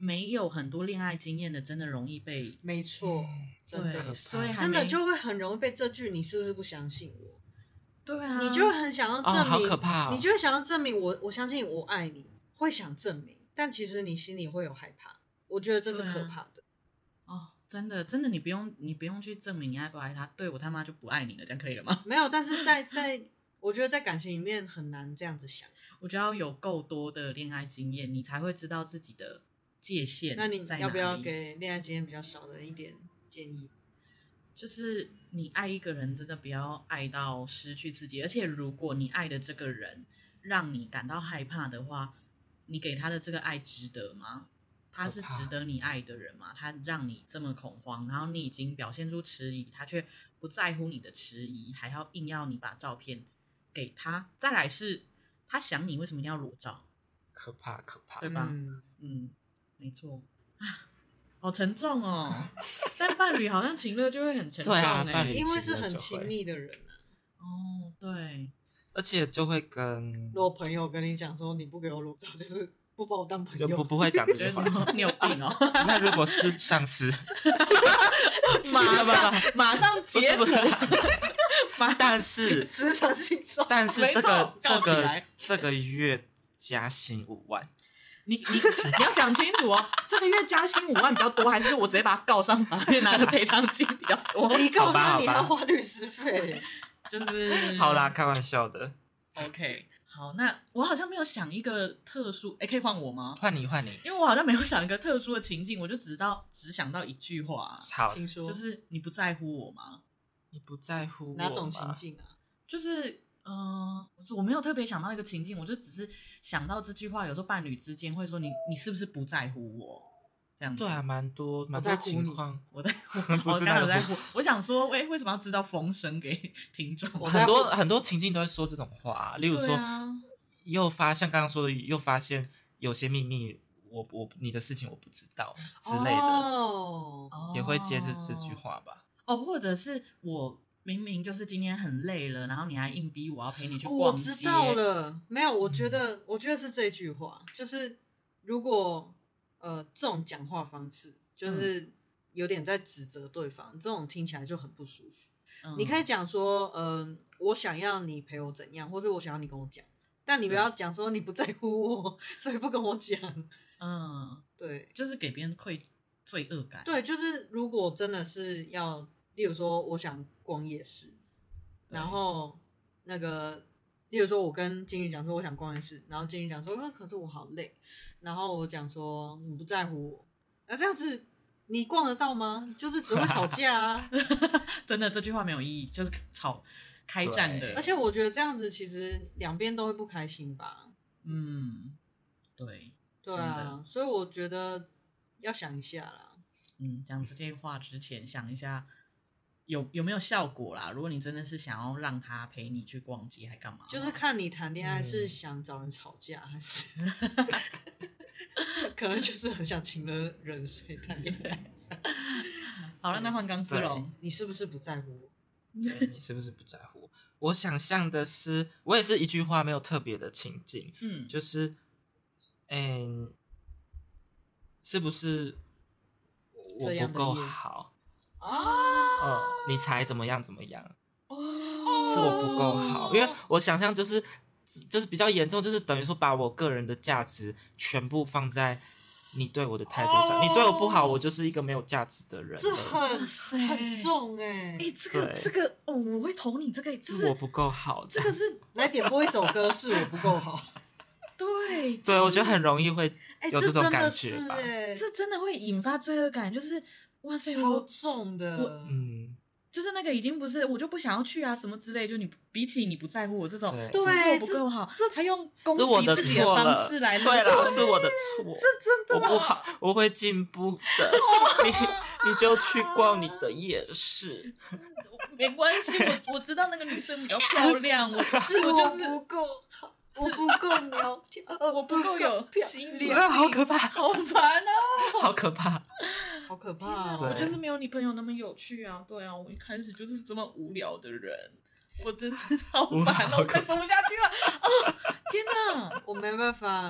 没有很多恋爱经验的，真的容易被没错，真对， 的， 所以还真的没就会很容易被这句“你是不是不相信我”， 对啊， 你就会很想要证明， 哦好可怕哦你就会想要证明我，我相信我爱你，会想证明，但其实你心里会有害怕，我觉得这是可怕的。 哦，真的真的，你不用你不用去证明你爱不爱他，对我他妈就不爱你了，这样可以了吗？ 没有，但是在在，我觉得在感情里面很难这样子想。 我觉得要有够多的恋爱经验，你才会知道自己的界限在那你哪里。 要不要给恋爱经验比较少的一点建议？ 就是你爱一个人，真的不要爱到失去自己。而且，如果你爱的这个人让你感到害怕的话，你给他的这个爱值得吗？他是值得你爱的人吗？他让你这么恐慌，然后你已经表现出迟疑，他却不在乎你的迟疑，还要硬要你把照片给他。再来是他想你，为什么一定要裸照？ 可怕可怕， 对吧？ 嗯， 嗯，没错啊，好沉重哦。但伴侣好像情乐就会很沉重对啊哎、 伴侣因为是很亲密的人啊。 哦，对， 而且就会跟如果朋友跟你讲说你不给我裸照，就是不把我当朋就友， 不不会讲这就句话。 是说你有病哦， 那如果是上司， 马上马上不是不截图是，，但是职场性骚扰。 但是这没错个这个告起来这个月加薪五万， 你你你要想清楚哦，这个月加薪五万比较多，还是我直接把他告上法院拿个赔偿金比较多？ 你告诉他好吧你要花律师费， 就是好啦，开玩笑的。 ，OK，好，那我好像没有想一个特殊，哎，可以换我吗？ 换你换你， 因为我好像没有想一个特殊的情境，我就只到只想到一句话， 好， 请说， 就是你不在乎我吗？ 你不在乎我哪种情吗？ 境啊？ 就是嗯、呃，我没有特别想到一个情境，我就只是想到这句话，有时候伴侣之间会说你你是不是不在乎我这样子？ 对啊，蛮多蛮多在乎你情况， 我在乎， 不我是那个乎刚好在乎。我想说，喂，为什么要知道风声给听众？ 我在很多乎很多情境都会说这种话啊、例如说， 对啊， 又发像刚刚说的，又发现有些秘密，我我你的事情我不知道之类的， 哦， 也会接着这句话吧。 哦，或者是我明明就是今天很累了，然后你还硬逼我要陪你去哦我逛街。 知道了，没有，我觉得，我觉得是这句话，就是如果呃这种讲话方式，就是有点在指责对方，这种听起来就很不舒服。 嗯你可以讲说，嗯、呃，我想要你陪我怎样，或者我想要你跟我讲，但你不要讲说你不在乎我，所以不跟我讲。 嗯， 对就是给别人愧罪恶感。 对，就是如果真的是要，例如说我想逛夜市，然后那个，例如说我跟金鱼讲说我想逛夜市，然后金鱼讲说，那可是我好累，然后我讲说你不在乎我，那这样子你逛得到吗？就是只会吵架啊。 真的这句话没有意义，就是吵开战的对。 而且我觉得这样子其实两边都会不开心吧。 嗯，对， 对啊，所以我觉得要想一下啦。 嗯，讲这些话之前想一下有有没有效果啦。如果你真的是想要让他陪你去逛街，还干嘛？ 就是看你谈恋爱嗯是想找人吵架，还是可能就是很想请了人谁谈恋爱。 好了，那换钢丝龙。 你是不是不在乎我？ 对你是不是不在乎我？我想象的是，我也是一句话，没有特别的情境， 嗯， 就是，嗯，是不是我这样的不够夜好？ 啊， 嗯，你才怎么样怎么样？是我不够好，因为我想象就是就是比较严重，就是等于说把我个人的价值全部放在你对我的态度上， 哦你对我不好，我就是一个没有价值的人这了。 很很重哎、 哎、这个对这个哦，我会投你这个，就是我不够好， 这个是来点播一首歌，是我不够好。 对对我觉得很容易会哎、 有种感这真的觉吧。 是哎、 这真的会引发罪恶感，就是哇塞， 超我重的。 嗯， 就是那个已经不是我就不想要去啊什么之类，就你比起你不在乎我这种， 对是不是我不这够好，他用攻是我的击自己的错了， 方式来对了， 勒索是我的错，这真的我不好，我会进步的。你你就去逛你的夜市， 没关系，我我知道那个女生比较漂亮，我是我我就是不够好，我不够苗条， 我不够有漂心理啊，好可怕， 好烦哦。 好可怕。 好可怕哦！ 对我就是没有你朋友那么有趣啊，对啊，我一开始就是这么无聊的人，我真是好烦哦，我快说不下去了，哦，天哪！ 我没办法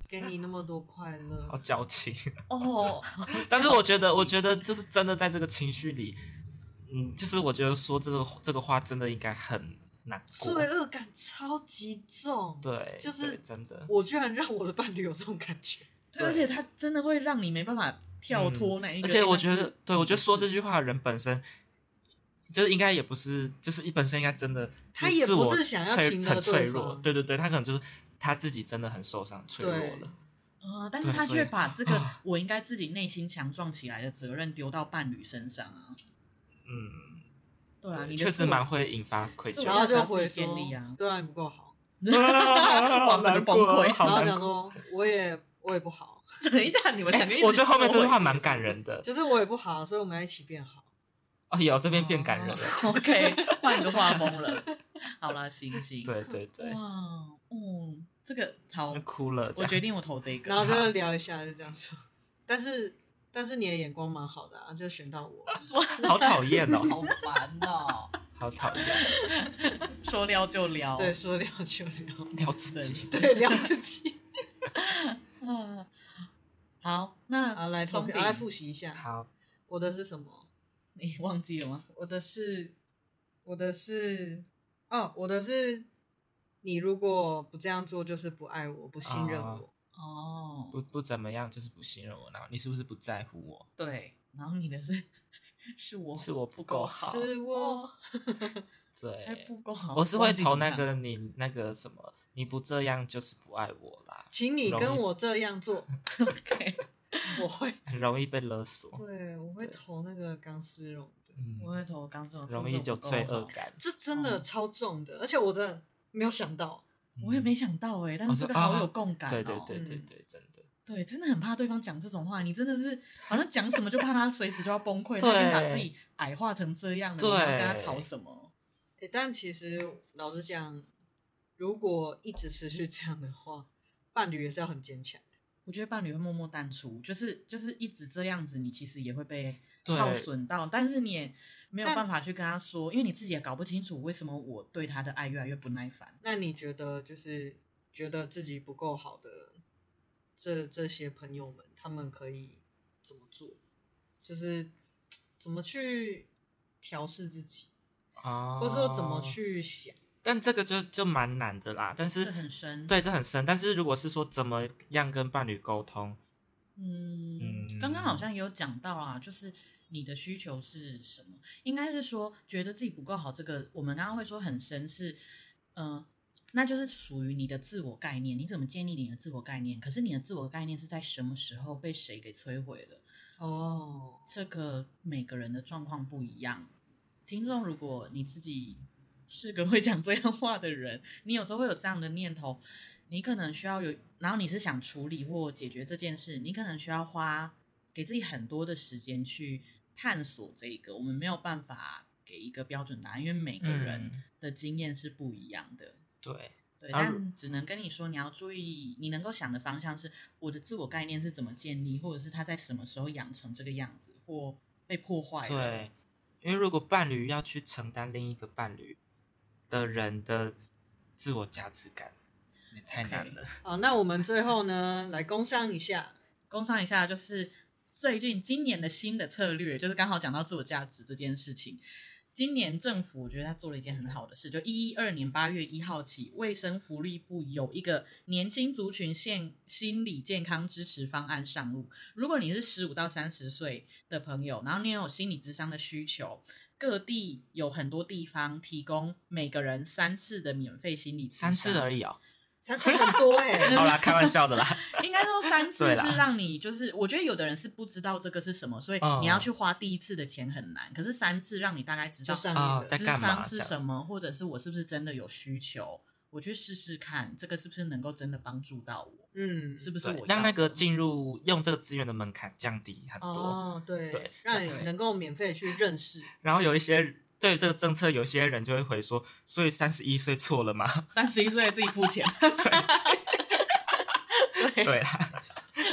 给你那么多快乐， 好矫情哦。 但是我觉得，我觉得就是真的在这个情绪里，嗯，就是我觉得说这个这个话真的应该很难过， 罪恶感超级重。 对， 就是真的， 我居然让我的伴侣有这种感觉。 对，而且他真的会让你没办法跳脱那一个、 嗯。而且我觉得，对我觉得说这句话的人本身。就是应该也不是，就是本身应该真的， 他也不是想要很亲脆弱，对对对，他可能就是他自己真的很受伤、脆弱了。 呃，但是他却把这个我应该自己内心强壮起来的责任丢到伴侣身上啊。 嗯， 对啊，你确实蛮会引发愧疚， 然后就回建立啊， 对啊，你不够好， 哇，整个崩溃， 然后讲说我也我也不好。 等一下，你们两个一直， 我觉得后面这句话蛮感人的， 就是我也不好，所以我们要一起变好。 哦，有这边变感人了。 哦、OK， 换个画风了。好了，行行。 对对对。 哇，嗯，这个好哭了。 我决定我投这个。 然后就聊一下，就这样说。但是但是你的眼光蛮好的啊，就选到我。 好讨厌哦， 好烦哦， 好讨厌。 说撩就撩， 对，说撩就撩， 撩自己， 对，撩自己。 嗯，好，那好来投票，来复习一下。 好， 我的是什么？ 你忘记了吗？ 我的是，我的是，哦，我的是，你如果不这样做，就是不爱我，不信任我。 哦， 不不怎么样，就是不信任我。然后你是不是不在乎我？ 对，然后你的是，是我是我不够好， 是我， 对， 不够好。 我是会投那个你那个什么，你不这样就是不爱我啦。 请你跟我这样做。 OK。 我会很容易被勒索， 对，我会投那个钢丝绒的， 嗯、 我会投钢丝绒， 容易有罪恶感， 这真的超重的，而且我真的没有想到， 我也没想到哎、欸，但是这个好有共感、喔哦、对对对对对，真的， 对，真的很怕对方讲这种话，你真的是好像讲什么就怕他随时就要崩溃，他已经把自己矮化成这样了，你要跟他吵什么？ 欸、但其实老实讲，如果一直持续这样的话，伴侣也是要很坚强。 我觉得伴侣会默默淡出，就是就是一直这样子，你其实也会被耗损到，但是你也没有办法去跟他说，因为你自己也搞不清楚为什么我对他的爱越来越不耐烦。 那你觉得就是觉得自己不够好的这这些朋友们，他们可以怎么做？就是怎么去调适自己， 哦、 或者说怎么去想？ 但这个就就蛮难的啦，但是这很深， 对，这很深。但是如果是说怎么样跟伴侣沟通， 嗯，刚刚好像也有讲到啦，就是你的需求是什么？应该是说觉得自己不够好，这个我们刚刚会说很深是，嗯、呃，那就是属于你的自我概念。你怎么建立你的自我概念？可是你的自我概念是在什么时候被谁给摧毁了？ 哦， 这个每个人的状况不一样。听众，如果你自己是个会讲这样话的人，你有时候会有这样的念头，你可能需要有，然后你是想处理或解决这件事，你可能需要花给自己很多的时间去探索这个。我们没有办法给一个标准答案，因为每个人的经验是不一样的。 嗯、对对，但只能跟你说，你要注意，你能够想的方向是我的自我概念是怎么建立，或者是他在什么时候养成这个样子，或被破坏了。 对，因为如果伴侣要去承担另一个伴侣的人的自我价值感，也太难了。 好， okay. 那我们最后呢，来工商一下， 工商一下，就是最近今年的新的策略，就是刚好讲到自我价值这件事情。今年政府我觉得他做了一件很好的事，就一一二年八月一号起，卫生福利部有一个年轻族群现心理健康支持方案上路。如果你是十五到三十岁的朋友，然后你有心理咨商的需求，各地有很多地方提供每个人三次的免费心理咨商， 三次而已哦。 三次很多哎、欸， 好啦，开玩笑的啦。 应该说三次是让你就是，我觉得有的人是不知道这个是什么，所以你要去花第一次的钱很难。嗯、可是三次让你大概知道在干嘛是什么，或者是我是不是真的有需求，我去试试看，这个是不是能够真的帮助到我？嗯，是不是我让那个进入用这个资源的门槛降低很多？ 哦，对对， 让你能够免费去认识。 然后有一些。对这个政策，有些人就会回说，所以三十一岁错了吗？ 三十一岁自己付钱。 对，对啦，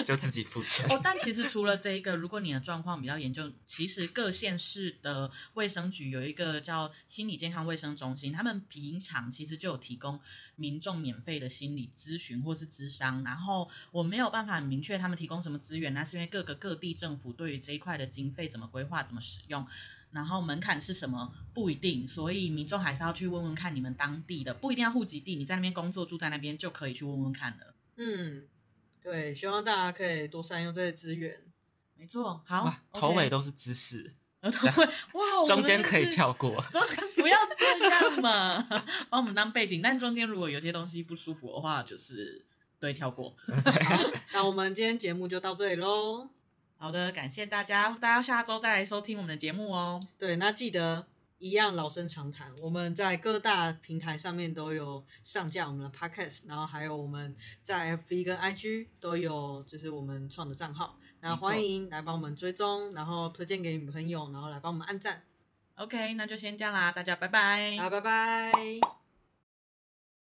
就自己付钱。 哦，但其实除了这一个，如果你的状况比较严重，其实各县市的卫生局有一个叫心理健康卫生中心，他们平常其实就有提供民众免费的心理咨询或是咨商。然后我没有办法很明确他们提供什么资源，那是因为各个各地政府对于这一块的经费怎么规划、怎么使用，然后门槛是什么不一定，所以民众还是要去问问看你们当地的，不一定要户籍地，你在那边工作住在那边就可以去问问看了。 嗯，对，希望大家可以多善用这些资源。 没错，好， 哇，头尾都是知识， 头尾哇， 中间可以跳过， 中间不要这样嘛，把我们当背景，但中间如果有些东西不舒服的话，就是对跳过。 那我们今天节目就到这里咯。 好的，感谢大家，大家下周再来收听我们的节目哦。 对，那记得一样老生常谈，我们在各大平台上面都有上架我们的 podcast， 然后还有我们在 F B 跟 I G 都有就是我们创的账号，那欢迎来帮我们追踪，然后推荐给你朋友，然后来帮我们按赞。 OK， 那就先这样啦，大家拜拜。 好，拜拜。